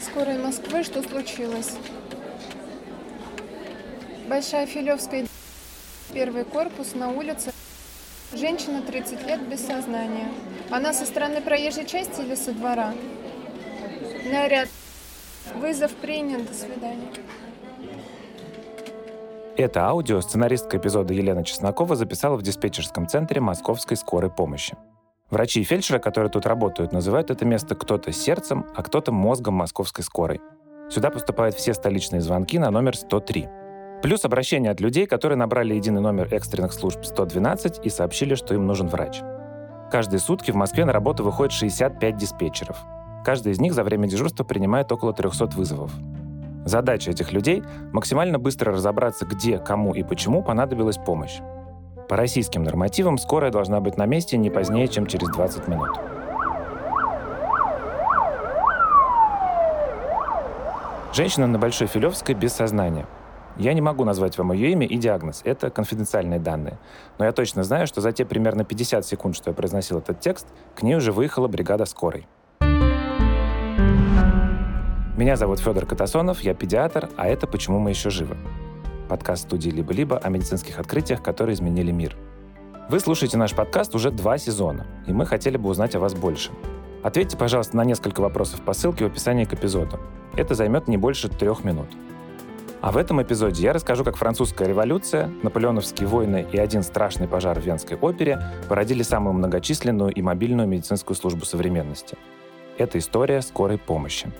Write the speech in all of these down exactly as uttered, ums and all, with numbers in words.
скорой Москвы. Что случилось? Большая Филевская, первый корпус, на улице. Женщина, тридцать лет, без сознания. Она со стороны проезжей части или со двора? Наряд. Вызов принят. До свидания. Это аудио сценаристка эпизода Елена Чеснокова записала в диспетчерском центре Московской скорой помощи. Врачи и фельдшеры, которые тут работают, называют это место кто-то сердцем, а кто-то мозгом московской скорой. Сюда поступают все столичные звонки на номер сто три. Плюс обращения от людей, которые набрали единый номер экстренных служб сто двенадцать и сообщили, что им нужен врач. Каждые сутки в Москве на работу выходит шестьдесят пять диспетчеров. Каждый из них за время дежурства принимает около триста вызовов. Задача этих людей — максимально быстро разобраться, где, кому и почему понадобилась помощь. По российским нормативам скорая должна быть на месте не позднее, чем через двадцать минут. Женщина на Большой Филевской без сознания. Я не могу назвать вам ее имя и диагноз, это конфиденциальные данные. Но я точно знаю, что за те примерно пятьдесят секунд, что я произносил этот текст, к ней уже выехала бригада скорой. Меня зовут Федор Катасонов, я педиатр, а это «Почему мы еще живы?» Подкаст студии «Либо-либо» о медицинских открытиях, которые изменили мир. Вы слушаете наш подкаст уже два сезона, и мы хотели бы узнать о вас больше. Ответьте, пожалуйста, на несколько вопросов по ссылке в описании к эпизоду. Это займет не больше трех минут. А в этом эпизоде я расскажу, как французская революция, наполеоновские войны и один страшный пожар в Венской опере породили самую многочисленную и мобильную медицинскую службу современности. Это история скорой помощи.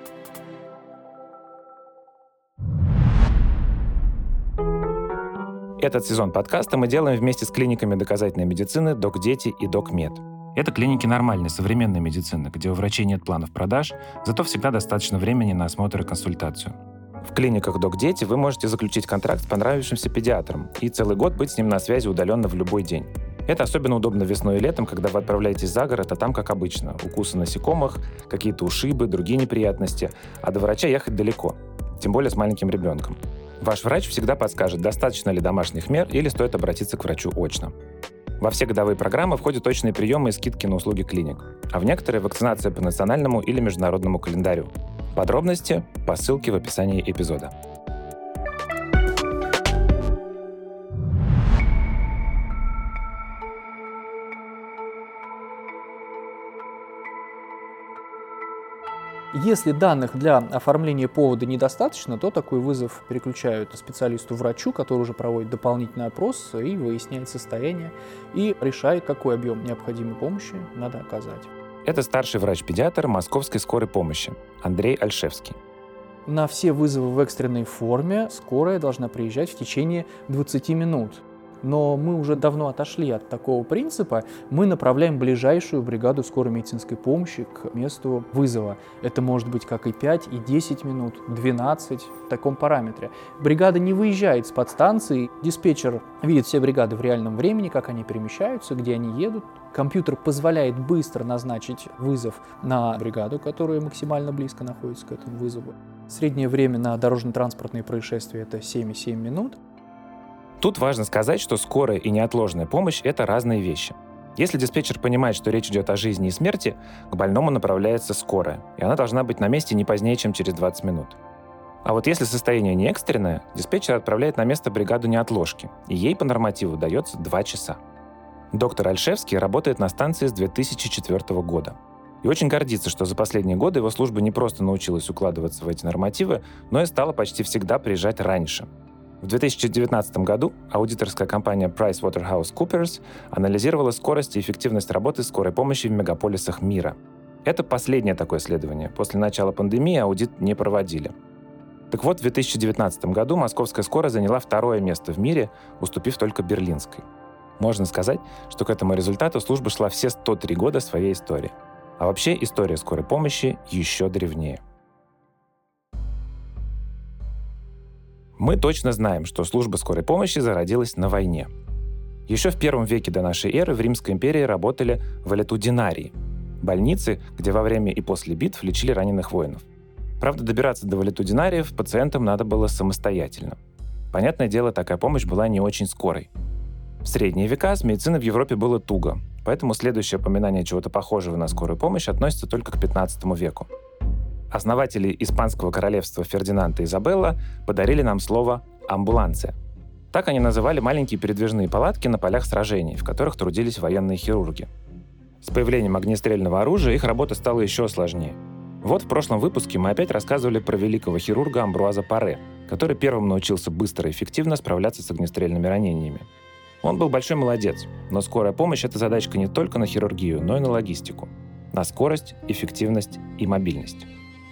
Этот сезон подкаста мы делаем вместе с клиниками доказательной медицины «Док-Дети» и «Док-Мед». Это клиники нормальной, современной медицины, где у врачей нет планов продаж, зато всегда достаточно времени на осмотр и консультацию. В клиниках «Док-Дети» вы можете заключить контракт с понравившимся педиатром и целый год быть с ним на связи удаленно в любой день. Это особенно удобно весной и летом, когда вы отправляетесь за город, а там, как обычно, укусы насекомых, какие-то ушибы, другие неприятности, а до врача ехать далеко, тем более с маленьким ребенком. Ваш врач всегда подскажет, достаточно ли домашних мер или стоит обратиться к врачу очно. Во все годовые программы входят точные приемы и скидки на услуги клиник, а в некоторые — вакцинация по национальному или международному календарю. Подробности по ссылке в описании эпизода. Если данных для оформления повода недостаточно, то такой вызов переключают специалисту-врачу, который уже проводит дополнительный опрос и выясняет состояние, и решает, какой объем необходимой помощи надо оказать. Это старший врач-педиатр Московской скорой помощи Андрей Альшевский. На все вызовы в экстренной форме скорая должна приезжать в течение двадцати минут. Но мы уже давно отошли от такого принципа. Мы направляем ближайшую бригаду скорой медицинской помощи к месту вызова. Это может быть как и пять, и десять минут, двенадцать, в таком параметре. Бригада не выезжает с подстанции. Диспетчер видит все бригады в реальном времени, как они перемещаются, где они едут. Компьютер позволяет быстро назначить вызов на бригаду, которая максимально близко находится к этому вызову. Среднее время на дорожно-транспортные происшествия – это семь и семь минут. Тут важно сказать, что скорая и неотложная помощь — это разные вещи. Если диспетчер понимает, что речь идет о жизни и смерти, к больному направляется скорая, и она должна быть на месте не позднее, чем через двадцать минут. А вот если состояние не экстренное, диспетчер отправляет на место бригаду неотложки, и ей по нормативу дается два часа. Доктор Альшевский работает на станции с две тысячи четвёртого года. И очень гордится, что за последние годы его служба не просто научилась укладываться в эти нормативы, но и стала почти всегда приезжать раньше. В две тысячи девятнадцатом году аудиторская компания PricewaterhouseCoopers анализировала скорость и эффективность работы скорой помощи в мегаполисах мира. Это последнее такое исследование. После начала пандемии аудит не проводили. Так вот, в две тысячи девятнадцатом году московская скорая заняла второе место в мире, уступив только берлинской. Можно сказать, что к этому результату служба шла все сто три года своей истории. А вообще история скорой помощи еще древнее. Мы точно знаем, что служба скорой помощи зародилась на войне. Еще в первом веке до нашей эры в Римской империи работали валетудинарии – больницы, где во время и после битв лечили раненых воинов. Правда, добираться до валетудинариев пациентам надо было самостоятельно. Понятное дело, такая помощь была не очень скорой. В средние века с медициной в Европе было туго, поэтому следующее упоминание чего-то похожего на скорую помощь относится только к пятнадцатому веку. Основатели Испанского королевства Фердинанд и Изабелла подарили нам слово «амбуланция». Так они называли маленькие передвижные палатки на полях сражений, в которых трудились военные хирурги. С появлением огнестрельного оружия их работа стала еще сложнее. Вот в прошлом выпуске мы опять рассказывали про великого хирурга Амбруаза Паре, который первым научился быстро и эффективно справляться с огнестрельными ранениями. Он был большой молодец, но скорая помощь — это задачка не только на хирургию, но и на логистику, на скорость, эффективность и мобильность.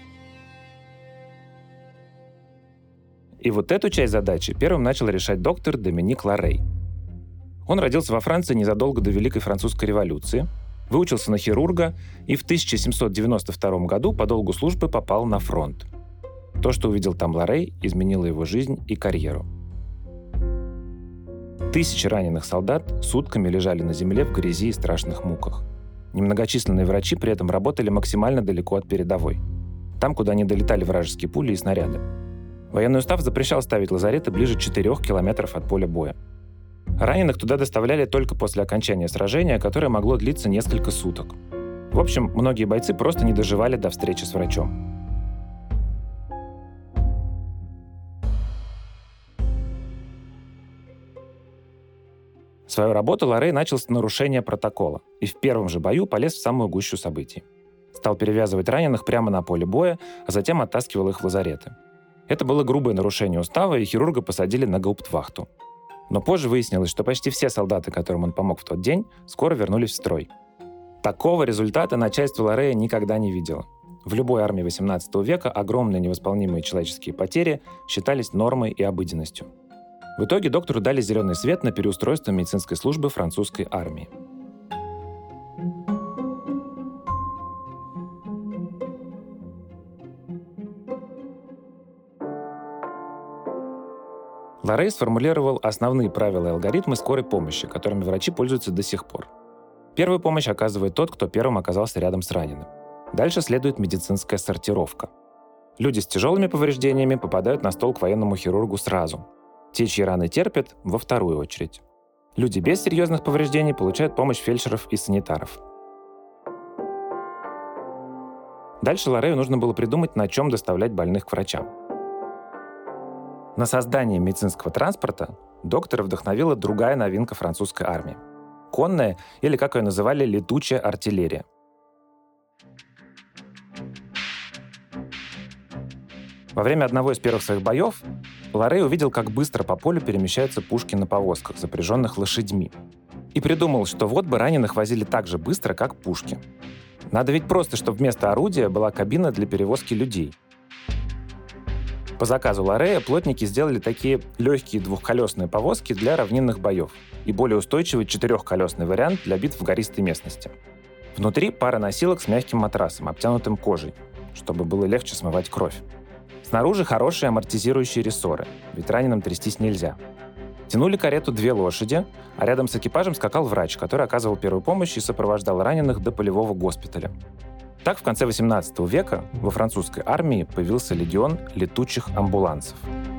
И вот эту часть задачи первым начал решать доктор Доминик Ларей. Он родился во Франции незадолго до Великой Французской революции, выучился на хирурга и в тысяча семьсот девяносто втором году по долгу службы попал на фронт. То, что увидел там Ларей, изменило его жизнь и карьеру. Тысячи раненых солдат сутками лежали на земле в грязи и страшных муках. Немногочисленные врачи при этом работали максимально далеко от передовой, там, куда не долетали вражеские пули и снаряды. Военный устав запрещал ставить лазареты ближе четырёх километров от поля боя. Раненых туда доставляли только после окончания сражения, которое могло длиться несколько суток. В общем, многие бойцы просто не доживали до встречи с врачом. Свою работу Ларей начал с нарушения протокола и в первом же бою полез в самую гущу событий. Стал перевязывать раненых прямо на поле боя, а затем оттаскивал их в лазареты. Это было грубое нарушение устава, и хирурга посадили на гауптвахту. Но позже выяснилось, что почти все солдаты, которым он помог в тот день, скоро вернулись в строй. Такого результата начальство Ларея никогда не видело. В любой армии восемнадцатого века огромные невосполнимые человеческие потери считались нормой и обыденностью. В итоге доктору дали зеленый свет на переустройство медицинской службы французской армии. Ларей сформулировал основные правила и алгоритмы скорой помощи, которыми врачи пользуются до сих пор. Первую помощь оказывает тот, кто первым оказался рядом с раненым. Дальше следует медицинская сортировка. Люди с тяжелыми повреждениями попадают на стол к военному хирургу сразу. Те, чьи раны терпят, во вторую очередь. Люди без серьезных повреждений получают помощь фельдшеров и санитаров. Дальше Ларею нужно было придумать, на чем доставлять больных к врачам. На создание медицинского транспорта доктора вдохновила другая новинка французской армии – конная, или, как ее называли, летучая артиллерия. Во время одного из первых своих боев Ларей увидел, как быстро по полю перемещаются пушки на повозках, запряженных лошадьми. И придумал, что вот бы раненых возили так же быстро, как пушки. Надо ведь просто, чтобы вместо орудия была кабина для перевозки людей. По заказу Ларея плотники сделали такие легкие двухколесные повозки для равнинных боев и более устойчивый четырехколесный вариант для битв в гористой местности. Внутри пара носилок с мягким матрасом, обтянутым кожей, чтобы было легче смывать кровь. Снаружи хорошие амортизирующие рессоры, ведь раненым трястись нельзя. Тянули карету две лошади, а рядом с экипажем скакал врач, который оказывал первую помощь и сопровождал раненых до полевого госпиталя. Так, в конце восемнадцатого века во французской армии появился легион летучих амбулансов.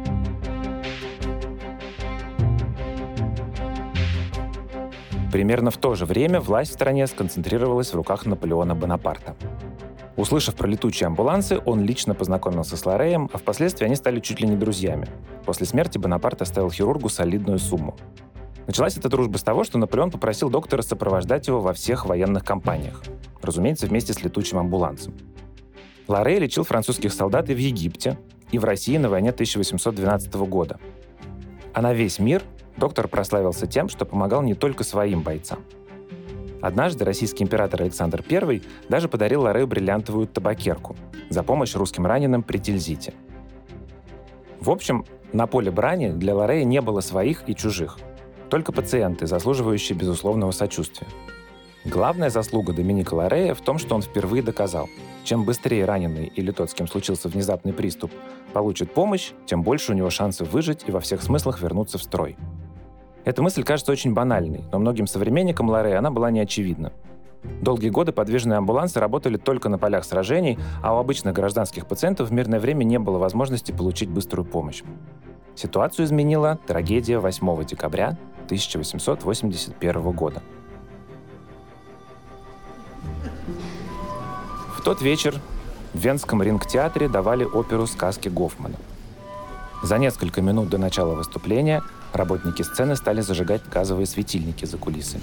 Примерно в то же время власть в стране сконцентрировалась в руках Наполеона Бонапарта. Услышав про летучие амбулансы, он лично познакомился с Лареем, а впоследствии они стали чуть ли не друзьями. После смерти Бонапарт оставил хирургу солидную сумму. Началась эта дружба с того, что Наполеон попросил доктора сопровождать его во всех военных кампаниях. Разумеется, вместе с летучим амбулансом. Ларей лечил французских солдат и в Египте, и в России на войне тысяча восемьсот двенадцатого года. А на весь мир доктор прославился тем, что помогал не только своим бойцам. Однажды российский император Александр Первый даже подарил Ларею бриллиантовую табакерку за помощь русским раненым при Тильзите. В общем, на поле брани для Ларея не было своих и чужих, только пациенты, заслуживающие безусловного сочувствия. Главная заслуга Доминика Ларея в том, что он впервые доказал, чем быстрее раненый или тот, с кем случился внезапный приступ, получит помощь, тем больше у него шансов выжить и во всех смыслах вернуться в строй. Эта мысль кажется очень банальной, но многим современникам Ларея она была неочевидна. Долгие годы подвижные амбулансы работали только на полях сражений, а у обычных гражданских пациентов в мирное время не было возможности получить быструю помощь. Ситуацию изменила трагедия восьмого декабря тысяча восемьсот восемьдесят первого года. В тот вечер В Венском Ринг-театре давали оперу «Сказки Гофмана». За несколько минут до начала выступления работники сцены стали зажигать газовые светильники за кулисами.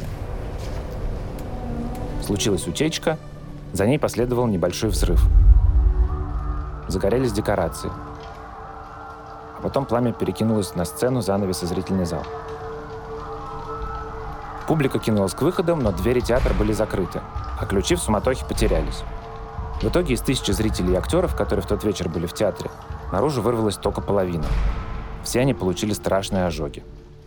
Случилась утечка, за ней последовал небольшой взрыв. Загорелись декорации. А потом пламя перекинулось на сцену, занавес и зрительный зал. Публика кинулась к выходам, но двери театра были закрыты, а ключи в суматохе потерялись. В итоге из тысячи зрителей и актеров, которые в тот вечер были в театре, наружу вырвалась только половина. Все они получили страшные ожоги.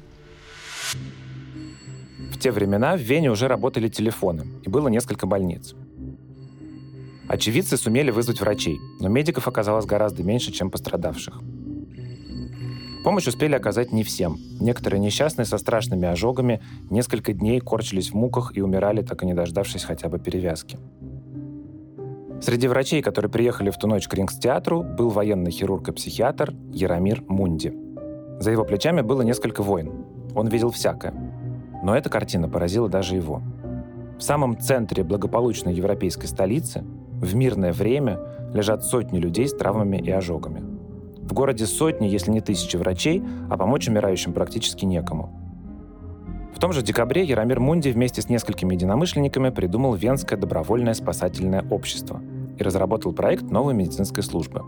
В те времена в Вене уже работали телефоны, и было несколько больниц. Очевидцы сумели вызвать врачей, но медиков оказалось гораздо меньше, чем пострадавших. Помощь успели оказать не всем. Некоторые несчастные со страшными ожогами несколько дней корчились в муках и умирали, так и не дождавшись хотя бы перевязки. Среди врачей, которые приехали в ту ночь к Рингс-театру, был военный хирург и психиатр Яромир Мунди. За его плечами было несколько войн. Он видел всякое. Но эта картина поразила даже его. В самом центре благополучной европейской столицы в мирное время лежат сотни людей с травмами и ожогами. В городе сотни, если не тысячи врачей, а помочь умирающим практически некому. В том же декабре Яромир Мунди вместе с несколькими единомышленниками придумал Венское добровольное спасательное общество и разработал проект новой медицинской службы.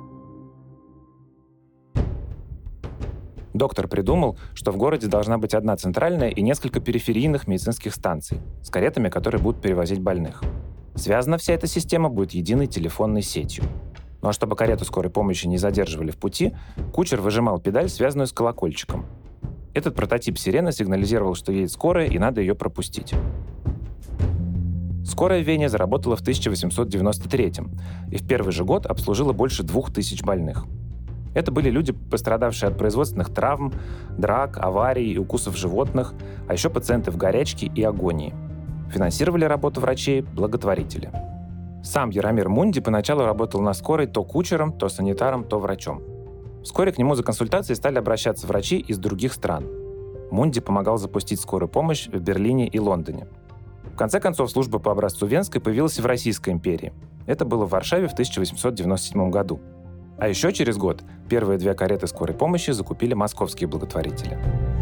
Доктор придумал, что в городе должна быть одна центральная и несколько периферийных медицинских станций с каретами, которые будут перевозить больных. Связана вся эта система будет единой телефонной сетью. Ну а чтобы карету скорой помощи не задерживали в пути, кучер выжимал педаль, связанную с колокольчиком. Этот прототип сирены сигнализировал, что едет скорая и надо ее пропустить. Скорая в Вене заработала в тысяча восемьсот девяносто третьем и в первый же год обслужила больше двух тысяч больных. Это были люди, пострадавшие от производственных травм, драк, аварий и укусов животных, а еще пациенты в горячке и агонии. Финансировали работу врачей благотворители. Сам Яромир Мунди поначалу работал на скорой то кучером, то санитаром, то врачом. Вскоре к нему за консультацией стали обращаться врачи из других стран. Мунди помогал запустить скорую помощь в Берлине и Лондоне. В конце концов, служба по образцу Венской появилась и в Российской империи. Это было в Варшаве в тысяча восемьсот девяносто седьмом году. А еще через год первые две кареты скорой помощи закупили московские благотворители.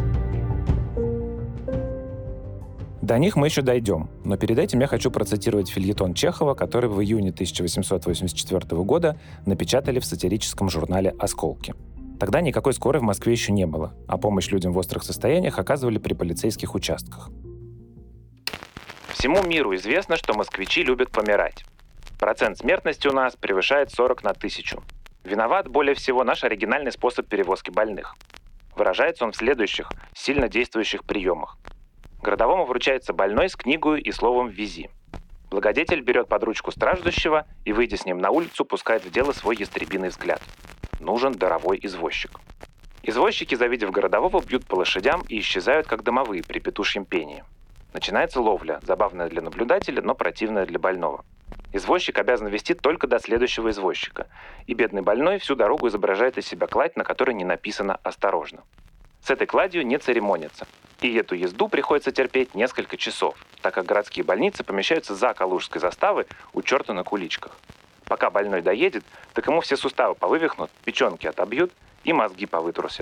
До них мы еще дойдем, но перед этим я хочу процитировать фельетон Чехова, который в июне тысяча восемьсот восемьдесят четвёртого года напечатали в сатирическом журнале «Осколки». Тогда никакой скорой в Москве еще не было, а помощь людям в острых состояниях оказывали при полицейских участках. Всему миру известно, что москвичи любят помирать. Процент смертности у нас превышает сорок на тысячу. Виноват более всего наш оригинальный способ перевозки больных. Выражается он в следующих, сильно действующих приемах. Городовому вручается больной с книгой и словом «вези». Благодетель берет под ручку страждущего и, выйдя с ним на улицу, пускает в дело свой ястребиный взгляд. Нужен даровой извозчик. Извозчики, завидев городового, бьют по лошадям и исчезают, как домовые при петушьем пении. Начинается ловля, забавная для наблюдателя, но противная для больного. Извозчик обязан вести только до следующего извозчика, и бедный больной всю дорогу изображает из себя кладь, на которой не написано «осторожно». С этой кладью не церемонятся. И эту езду приходится терпеть несколько часов, так как городские больницы помещаются за Калужской заставой у черта на куличках. Пока больной доедет, так ему все суставы повывихнут, печенки отобьют и мозги повытрусят.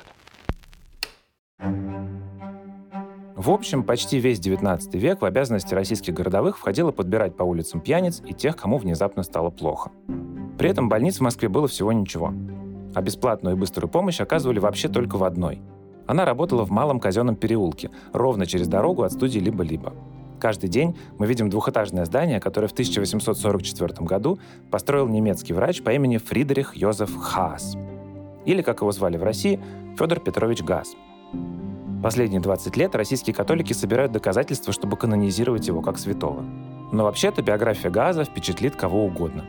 В общем, почти весь девятнадцатый век в обязанности российских городовых входило подбирать по улицам пьяниц и тех, кому внезапно стало плохо. При этом больниц в Москве было всего ничего. А бесплатную и быструю помощь оказывали вообще только в одной. Она работала в Малом Казенном переулке, ровно через дорогу от студии «Либо-либо». Каждый день мы видим двухэтажное здание, которое в тысяча восемьсот сорок четвёртом году построил немецкий врач по имени Фридрих Йозеф Хаас. Или, как его звали в России, Федор Петрович Гаас. Последние двадцать лет российские католики собирают доказательства, чтобы канонизировать его как святого. Но вообще-то биография Гааза впечатлит кого угодно.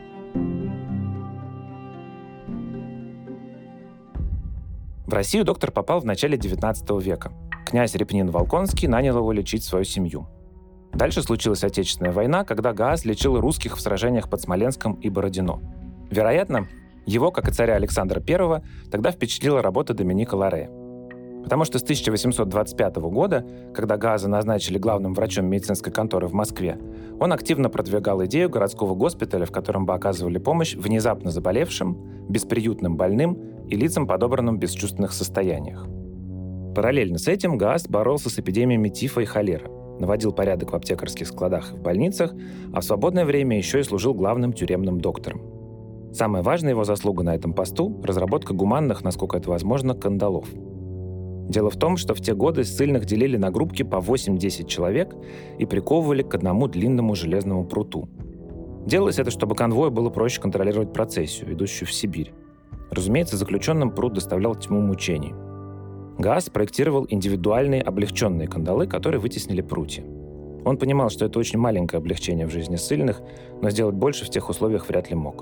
В Россию доктор попал в начале девятнадцатого века. Князь Репнин Волконский нанял его лечить свою семью. Дальше случилась Отечественная война, когда Гаас лечил русских в сражениях под Смоленском и Бородино. Вероятно, его, как и царя Александра Первого, тогда впечатлила работа Доминика Ларея. Потому что с тысяча восемьсот двадцать пятого года, когда Гааза назначили главным врачом медицинской конторы в Москве, он активно продвигал идею городского госпиталя, в котором бы оказывали помощь внезапно заболевшим, бесприютным больным и лицам, подобранным в бесчувственных состояниях. Параллельно с этим Гааз боролся с эпидемиями тифа и холеры, наводил порядок в аптекарских складах и в больницах, а в свободное время еще и служил главным тюремным доктором. Самая важная его заслуга на этом посту – разработка гуманных, насколько это возможно, кандалов. Дело в том, что в те годы ссыльных делили на группки по восемь-десять человек и приковывали к одному длинному железному пруту. Делалось это, чтобы конвою было проще контролировать процессию, идущую в Сибирь. Разумеется, заключенным прут доставлял тьму мучений. Гааз проектировал индивидуальные облегченные кандалы, которые вытеснили прутья. Он понимал, что это очень маленькое облегчение в жизни ссыльных, но сделать больше в тех условиях вряд ли мог.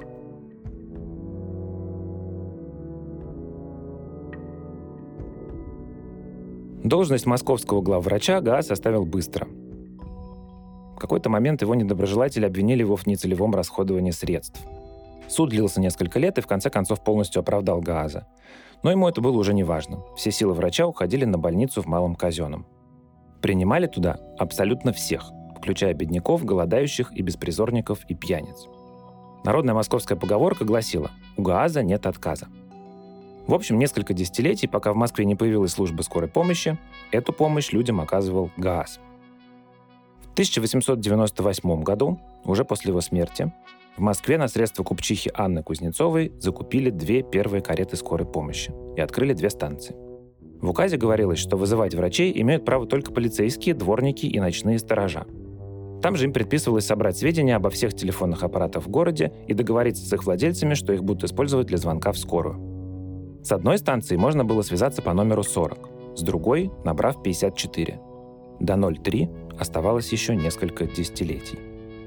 Должность московского главврача Гааз оставил быстро. В какой-то момент его недоброжелатели обвинили его в нецелевом расходовании средств. Суд длился несколько лет и в конце концов полностью оправдал Гааза. Но ему это было уже не важно. Все силы врача уходили на больницу в Малом Казенном. Принимали туда абсолютно всех, включая бедняков, голодающих и беспризорников и пьяниц. Народная московская поговорка гласила: «У Гааза нет отказа». В общем, несколько десятилетий, пока в Москве не появилась служба скорой помощи, эту помощь людям оказывал Гааз. В тысяча восемьсот девяносто восьмом году, уже после его смерти, в Москве на средства купчихи Анны Кузнецовой закупили две первые кареты скорой помощи и открыли две станции. В указе говорилось, что вызывать врачей имеют право только полицейские, дворники и ночные сторожа. Там же им предписывалось собрать сведения обо всех телефонных аппаратах в городе и договориться с их владельцами, что их будут использовать для звонка в скорую. С одной станции можно было связаться по номеру сорок, с другой — набрав пятьдесят четыре. До ноль три оставалось еще несколько десятилетий.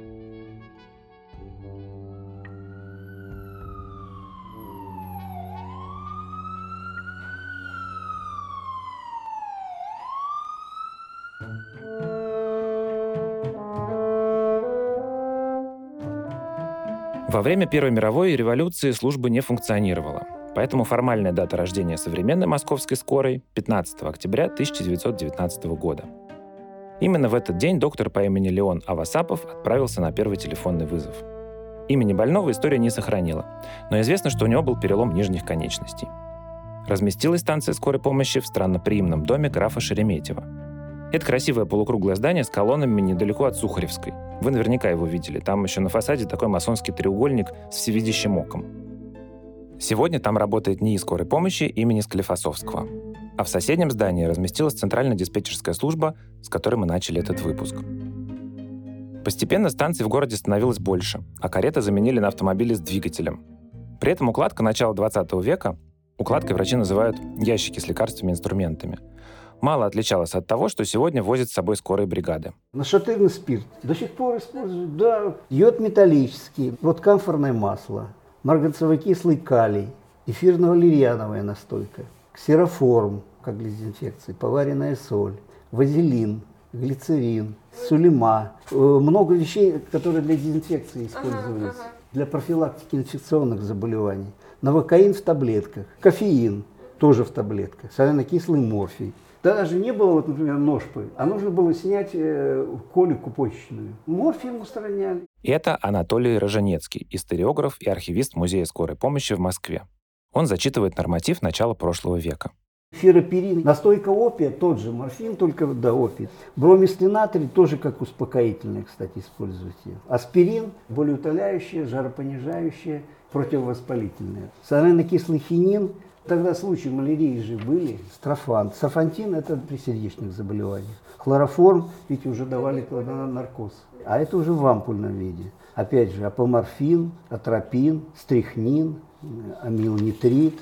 Во время Первой мировой революции служба не функционировала, поэтому формальная дата рождения современной московской скорой — пятнадцатого октября тысяча девятьсот девятнадцатого года. Именно в этот день доктор по имени Леон Авасапов отправился на первый телефонный вызов. Имени больного история не сохранила, но известно, что у него был перелом нижних конечностей. Разместилась станция скорой помощи в странноприимном доме графа Шереметьева. Это красивое полукруглое здание с колоннами недалеко от Сухаревской. Вы наверняка его видели. Там еще на фасаде такой масонский треугольник с всевидящим оком. Сегодня там работает НИИ скорой помощи имени Склифосовского. А в соседнем здании разместилась центральная диспетчерская служба, с которой мы начали этот выпуск. Постепенно станций в городе становилось больше, а кареты заменили на автомобили с двигателем. При этом укладка начала двадцатого века, укладкой врачи называют ящики с лекарственными инструментами, мало отличалась от того, что сегодня возят с собой скорые бригады. Нашатырный спирт до сих пор используют, да. Йод металлический, вот камфорное масло, марганцево-кислый калий, эфирно-валерьяновая настойка, ксероформ, как для дезинфекции, поваренная соль, вазелин, глицерин, сулема. Много вещей, которые для дезинфекции использовались, ага, ага. Для профилактики инфекционных заболеваний. Новокаин в таблетках, кофеин тоже в таблетках, соляно-кислый морфий. Даже не было, вот, например, ножпы, а нужно было снять э, колику почечную. Морфием устраняли. Это Анатолий Роженецкий, историограф и архивист Музея скорой помощи в Москве. Он зачитывает норматив начала прошлого века. Фероперин, настойка опия, тот же морфин, только да, опий. Бромистый натрий тоже как успокоительное, кстати, используйте. Аспирин, болеутоляющее, жаропонижающее, противовоспалительное. Соляно-кислый хинин. Тогда случаи малярии же были, строфан. Сафантин – это при сердечных заболеваниях. Хлороформ, ведь уже давали наркоз. А это уже в ампульном виде. Опять же, апоморфин, атропин, стрихнин, амилнитрит.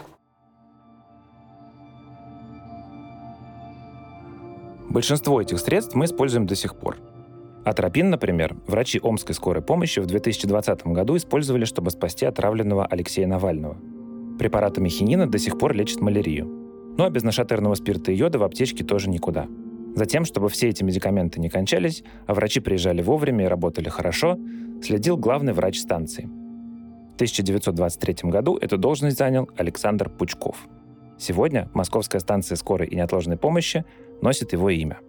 Большинство этих средств мы используем до сих пор. Атропин, например, врачи Омской скорой помощи в две тысячи двадцатом году использовали, чтобы спасти отравленного Алексея Навального. Препаратами хинина до сих пор лечат малярию. Ну а без нашатырного спирта и йода в аптечке тоже никуда. Затем, чтобы все эти медикаменты не кончались, а врачи приезжали вовремя и работали хорошо, следил главный врач станции. В тысяча девятьсот двадцать третьем году эту должность занял Александр Пучков. Сегодня Московская станция скорой и неотложной помощи носит его имя.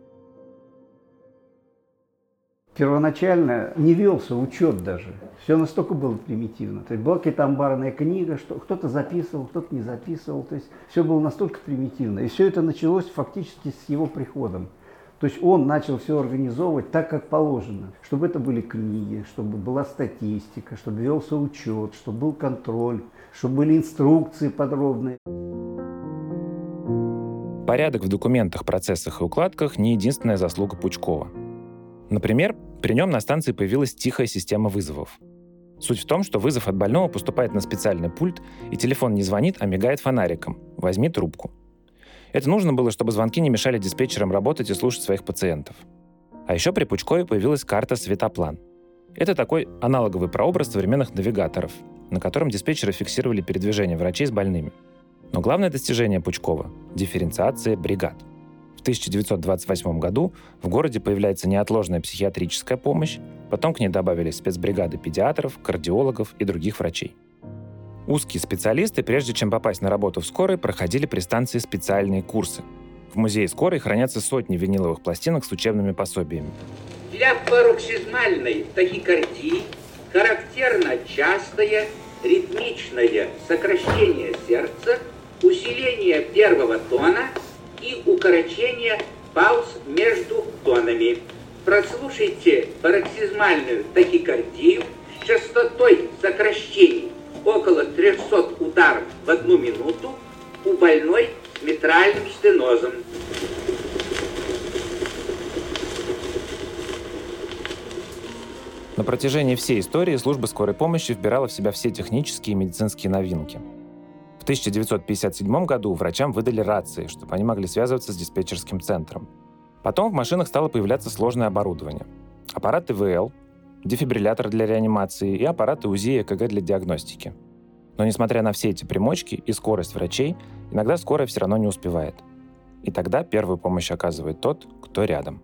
Первоначально не велся учет даже. Все настолько было примитивно. То есть была какая-то амбарная книга, что кто-то записывал, кто-то не записывал. То есть все было настолько примитивно. И все это началось фактически с его приходом. То есть он начал все организовывать так, как положено. Чтобы это были книги, чтобы была статистика, чтобы велся учет, чтобы был контроль, чтобы были инструкции подробные. Порядок в документах, процессах и укладках не единственная заслуга Пучкова. Например, при нем на станции появилась тихая система вызовов. Суть в том, что вызов от больного поступает на специальный пульт, и телефон не звонит, а мигает фонариком. Возьми трубку. Это нужно было, чтобы звонки не мешали диспетчерам работать и слушать своих пациентов. А еще при Пучкове появилась карта «Светоплан». Это такой аналоговый прообраз современных навигаторов, на котором диспетчеры фиксировали передвижение врачей с больными. Но главное достижение Пучкова – дифференциация бригад. В тысяча девятьсот двадцать восьмом году в городе появляется неотложная психиатрическая помощь, потом к ней добавились спецбригады педиатров, кардиологов и других врачей. Узкие специалисты, прежде чем попасть на работу в скорой, проходили при станции специальные курсы. В музее скорой хранятся сотни виниловых пластинок с учебными пособиями. Для пароксизмальной тахикардии характерно частое ритмичное сокращение сердца, усиление первого тона и укорочение пауз между тонами. Прослушайте пароксизмальную тахикардию с частотой сокращений около трехсот ударов в одну минуту у больной с митральным стенозом. На протяжении всей истории служба скорой помощи вбирала в себя все технические и медицинские новинки. В тысяча девятьсот пятьдесят седьмом году врачам выдали рации, чтобы они могли связываться с диспетчерским центром. Потом в машинах стало появляться сложное оборудование. Аппараты ИВЛ, дефибриллятор для реанимации и аппараты УЗИ и ЭКГ для диагностики. Но несмотря на все эти примочки и скорость врачей, иногда скорая все равно не успевает. И тогда первую помощь оказывает тот, кто рядом.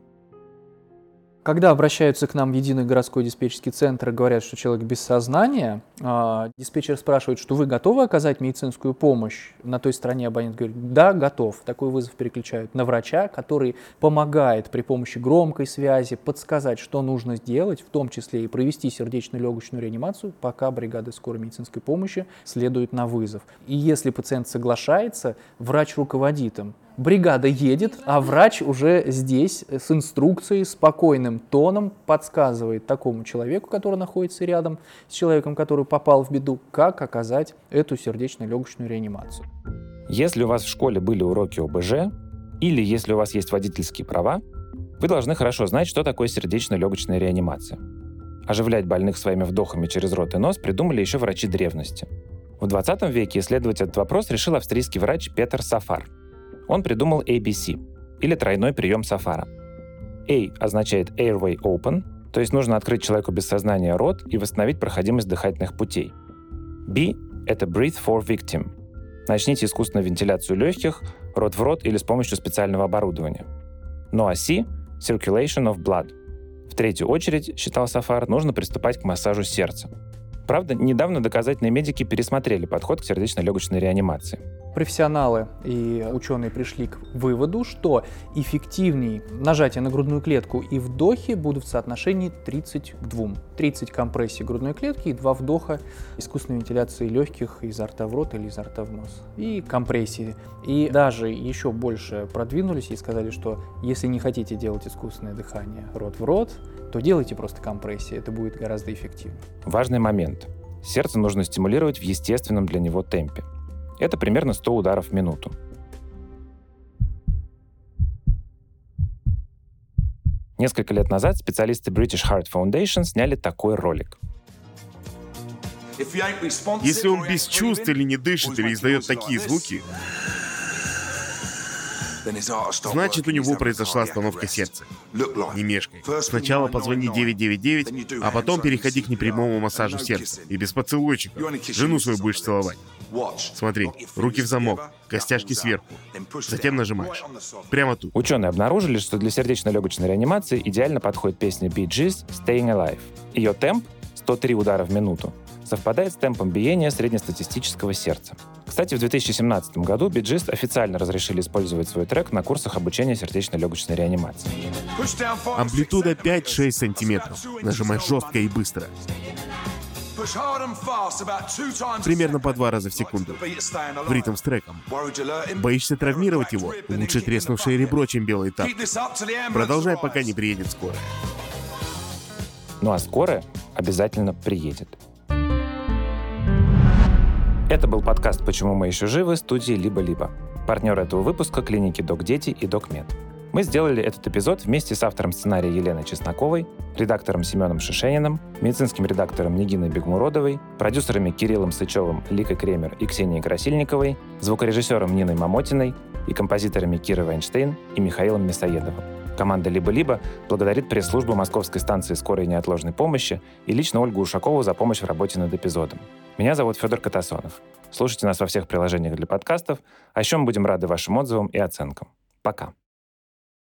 Когда обращаются к нам в единый городской диспетчерский центр и говорят, что человек без сознания, э, диспетчер спрашивает, что вы готовы оказать медицинскую помощь? На той стороне абонент говорит, да, готов. Такой вызов переключают на врача, который помогает при помощи громкой связи подсказать, что нужно сделать, в том числе и провести сердечно-легочную реанимацию, пока бригада скорой медицинской помощи следует на вызов. И если пациент соглашается, врач руководит им. Бригада едет, а врач уже здесь с инструкцией, спокойным тоном подсказывает такому человеку, который находится рядом с человеком, который попал в беду, как оказать эту сердечно-легочную реанимацию. Если у вас в школе были уроки о бэ жэ, или если у вас есть водительские права, вы должны хорошо знать, что такое сердечно-легочная реанимация. Оживлять больных своими вдохами через рот и нос придумали еще врачи древности. В двадцатом веке исследовать этот вопрос решил австрийский врач Петер Сафар. Он придумал эй би си, или тройной прием Сафара. A означает airway open, то есть нужно открыть человеку без сознания рот и восстановить проходимость дыхательных путей. B — это breathe for victim. Начните искусственную вентиляцию легких, рот в рот или с помощью специального оборудования. Ну а C — circulation of blood. В третью очередь, считал Сафар, нужно приступать к массажу сердца. Правда, недавно доказательные медики пересмотрели подход к сердечно-легочной реанимации. Профессионалы и ученые пришли к выводу, что эффективнее нажатие на грудную клетку и вдохи будут в соотношении тридцать к двум. тридцать компрессий грудной клетки и два вдоха искусственной вентиляции легких изо рта в рот или изо рта в нос. И компрессии. И даже еще больше продвинулись и сказали, что если не хотите делать искусственное дыхание рот в рот, то делайте просто компрессии. Это будет гораздо эффективнее. Важный момент. Сердце нужно стимулировать в естественном для него темпе. Это примерно сто ударов в минуту. Несколько лет назад специалисты British Heart Foundation сняли такой ролик. Если он без чувств или не дышит, или издает такие звуки, значит, у него произошла остановка сердца. Не мешкай. Сначала позвони девять девять девять, а потом переходи к непрямому массажу сердца. И без поцелуйчиков. Жену свою будешь целовать. Смотри, руки в замок, костяшки сверху. Затем нажимаешь. Прямо тут. Ученые обнаружили, что для сердечно-легочной реанимации идеально подходит песня Bee Gees «Staying Alive». Ее темп — сто три удара в минуту совпадает с темпом биения среднестатистического сердца. Кстати, в две тысячи семнадцатом году Bee Gees официально разрешили использовать свой трек на курсах обучения сердечно-легочной реанимации. Амплитуда пять-шесть сантиметров. Нажимай жестко и быстро. Примерно по два раза в секунду. В ритм с треком. Боишься травмировать его? Лучше треснувшее ребро, чем белый тап. Продолжай, пока не приедет скорая. Ну а скорая обязательно приедет. Это был подкаст «Почему мы еще живы» студии «Либо-либо». Партнер этого выпуска — клиники «Док-Дети» и «Док-Мед». Мы сделали этот эпизод вместе с автором сценария Еленой Чесноковой, редактором Семеном Шишениным, медицинским редактором Нигиной Бегмуродовой, продюсерами Кириллом Сычевым, Ликой Кремер и Ксенией Красильниковой, звукорежиссером Ниной Мамотиной и композиторами Кирой Вайнштейн и Михаилом Мясоедовым. Команда «Либо-либо» благодарит пресс-службу Московской станции скорой и неотложной помощи и лично Ольгу Ушакову за помощь в работе над эпизодом. Меня зовут Федор Катасонов. Слушайте нас во всех приложениях для подкастов, а еще мы будем рады вашим отзывам и оценкам. Пока.